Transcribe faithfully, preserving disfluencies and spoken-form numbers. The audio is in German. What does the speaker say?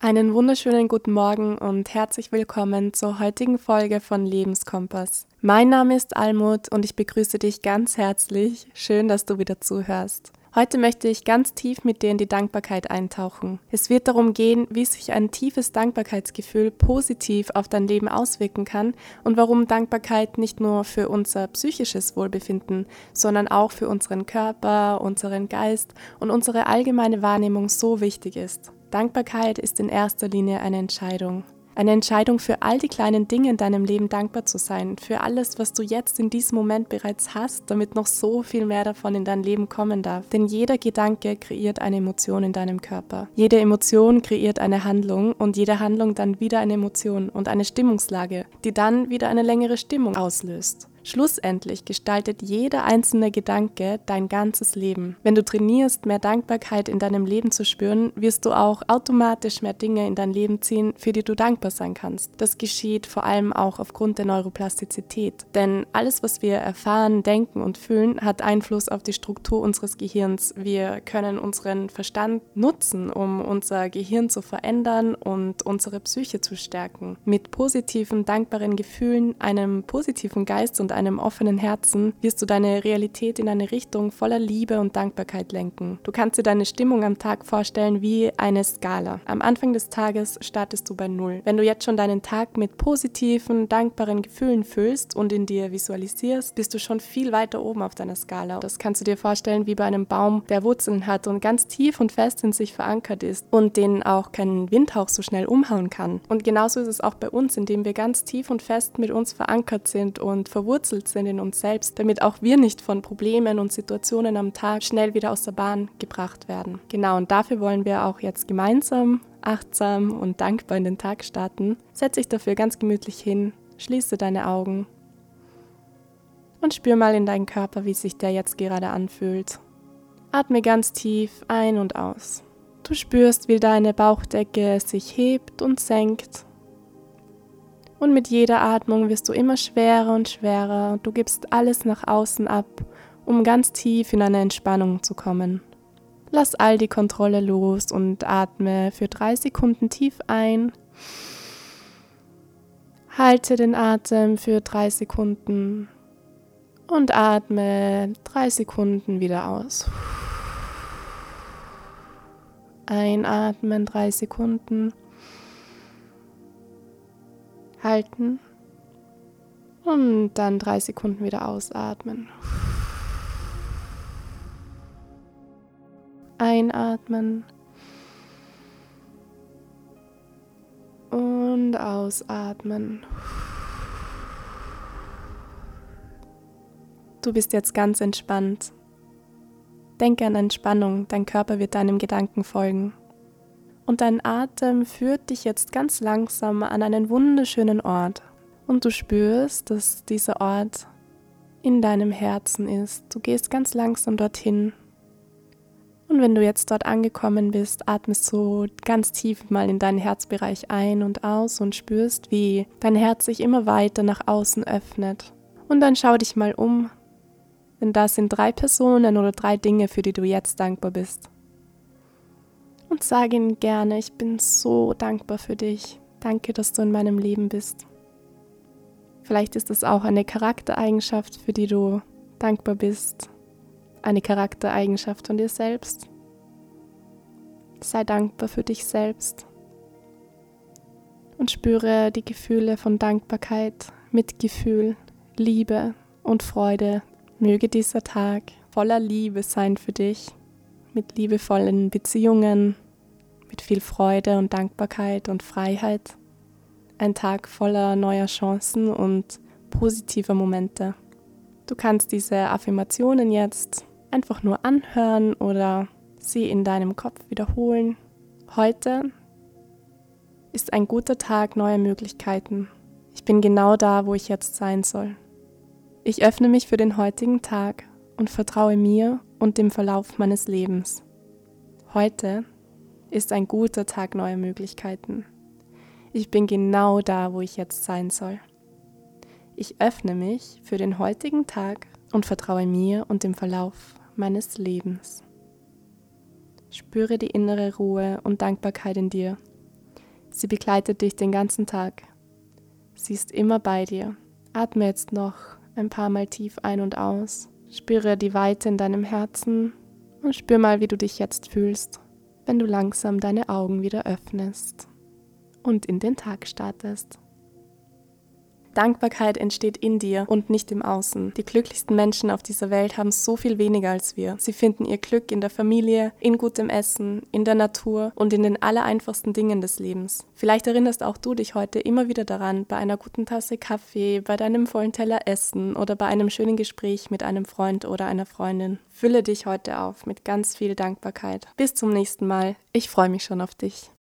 Einen wunderschönen guten Morgen und herzlich willkommen zur heutigen Folge von Lebenskompass. Mein Name ist Almut und ich begrüße dich ganz herzlich. Schön, dass du wieder zuhörst. Heute möchte ich ganz tief mit dir in die Dankbarkeit eintauchen. Es wird darum gehen, wie sich ein tiefes Dankbarkeitsgefühl positiv auf dein Leben auswirken kann und warum Dankbarkeit nicht nur für unser psychisches Wohlbefinden, sondern auch für unseren Körper, unseren Geist und unsere allgemeine Wahrnehmung so wichtig ist. Dankbarkeit ist in erster Linie eine Entscheidung. Eine Entscheidung für all die kleinen Dinge in deinem Leben dankbar zu sein, für alles, was du jetzt in diesem Moment bereits hast, damit noch so viel mehr davon in dein Leben kommen darf. Denn jeder Gedanke kreiert eine Emotion in deinem Körper. Jede Emotion kreiert eine Handlung und jede Handlung dann wieder eine Emotion und eine Stimmungslage, die dann wieder eine längere Stimmung auslöst. Schlussendlich gestaltet jeder einzelne Gedanke dein ganzes Leben. Wenn du trainierst, mehr Dankbarkeit in deinem Leben zu spüren, wirst du auch automatisch mehr Dinge in dein Leben ziehen, für die du dankbar sein kannst. Das geschieht vor allem auch aufgrund der Neuroplastizität. Denn alles, was wir erfahren, denken und fühlen, hat Einfluss auf die Struktur unseres Gehirns. Wir können unseren Verstand nutzen, um unser Gehirn zu verändern und unsere Psyche zu stärken. Mit positiven, dankbaren Gefühlen, einem positiven Geist und einem offenen Herzen wirst du deine Realität in eine Richtung voller Liebe und Dankbarkeit lenken. Du kannst dir deine Stimmung am Tag vorstellen wie eine Skala. Am Anfang des Tages startest du bei Null. Wenn du jetzt schon deinen Tag mit positiven, dankbaren Gefühlen füllst und in dir visualisierst, bist du schon viel weiter oben auf deiner Skala. Das kannst du dir vorstellen wie bei einem Baum, der Wurzeln hat und ganz tief und fest in sich verankert ist und den auch kein Windhauch so schnell umhauen kann. Und genauso ist es auch bei uns, indem wir ganz tief und fest mit uns verankert sind und verwurzelt sind in uns selbst, damit auch wir nicht von Problemen und Situationen am Tag schnell wieder aus der Bahn gebracht werden. Genau, und dafür wollen wir auch jetzt gemeinsam, achtsam und dankbar in den Tag starten. Setz dich dafür ganz gemütlich hin, schließe deine Augen und spür mal in deinen Körper, wie sich der jetzt gerade anfühlt. Atme ganz tief ein und aus. Du spürst, wie deine Bauchdecke sich hebt und senkt. Und mit jeder Atmung wirst du immer schwerer und schwerer und du gibst alles nach außen ab, um ganz tief in eine Entspannung zu kommen. Lass all die Kontrolle los und atme für drei Sekunden tief ein. Halte den Atem für drei Sekunden und atme drei Sekunden wieder aus. Einatmen drei Sekunden. Halten und dann drei Sekunden wieder ausatmen. Einatmen und ausatmen. Du bist jetzt ganz entspannt. Denke an Entspannung, dein Körper wird deinem Gedanken folgen. Und dein Atem führt dich jetzt ganz langsam an einen wunderschönen Ort. Und du spürst, dass dieser Ort in deinem Herzen ist. Du gehst ganz langsam dorthin. Und wenn du jetzt dort angekommen bist, atmest du ganz tief mal in deinen Herzbereich ein und aus und spürst, wie dein Herz sich immer weiter nach außen öffnet. Und dann schau dich mal um, denn da sind drei Personen oder drei Dinge, für die du jetzt dankbar bist. Und sage ihnen gerne, ich bin so dankbar für dich. Danke, dass du in meinem Leben bist. Vielleicht ist es auch eine Charaktereigenschaft, für die du dankbar bist. Eine Charaktereigenschaft von dir selbst. Sei dankbar für dich selbst. Und spüre die Gefühle von Dankbarkeit, Mitgefühl, Liebe und Freude. Möge dieser Tag voller Liebe sein für dich. Mit liebevollen Beziehungen, mit viel Freude und Dankbarkeit und Freiheit. Ein Tag voller neuer Chancen und positiver Momente. Du kannst diese Affirmationen jetzt einfach nur anhören oder sie in deinem Kopf wiederholen. Heute ist ein guter Tag neuer Möglichkeiten. Ich bin genau da, wo ich jetzt sein soll. Ich öffne mich für den heutigen Tag und vertraue mir und dem Verlauf meines Lebens. Heute ist ein guter Tag neuer Möglichkeiten. Ich bin genau da, wo ich jetzt sein soll. Ich öffne mich für den heutigen Tag und vertraue mir und dem Verlauf meines Lebens. Spüre die innere Ruhe und Dankbarkeit in dir. Sie begleitet dich den ganzen Tag. Sie ist immer bei dir. Atme jetzt noch ein paar Mal tief ein und aus. Spüre die Weite in deinem Herzen und spür mal, wie du dich jetzt fühlst, wenn du langsam deine Augen wieder öffnest und in den Tag startest. Dankbarkeit entsteht in dir und nicht im Außen. Die glücklichsten Menschen auf dieser Welt haben so viel weniger als wir. Sie finden ihr Glück in der Familie, in gutem Essen, in der Natur und in den allereinfachsten Dingen des Lebens. Vielleicht erinnerst auch du dich heute immer wieder daran, bei einer guten Tasse Kaffee, bei deinem vollen Teller Essen oder bei einem schönen Gespräch mit einem Freund oder einer Freundin. Fülle dich heute auf mit ganz viel Dankbarkeit. Bis zum nächsten Mal. Ich freue mich schon auf dich.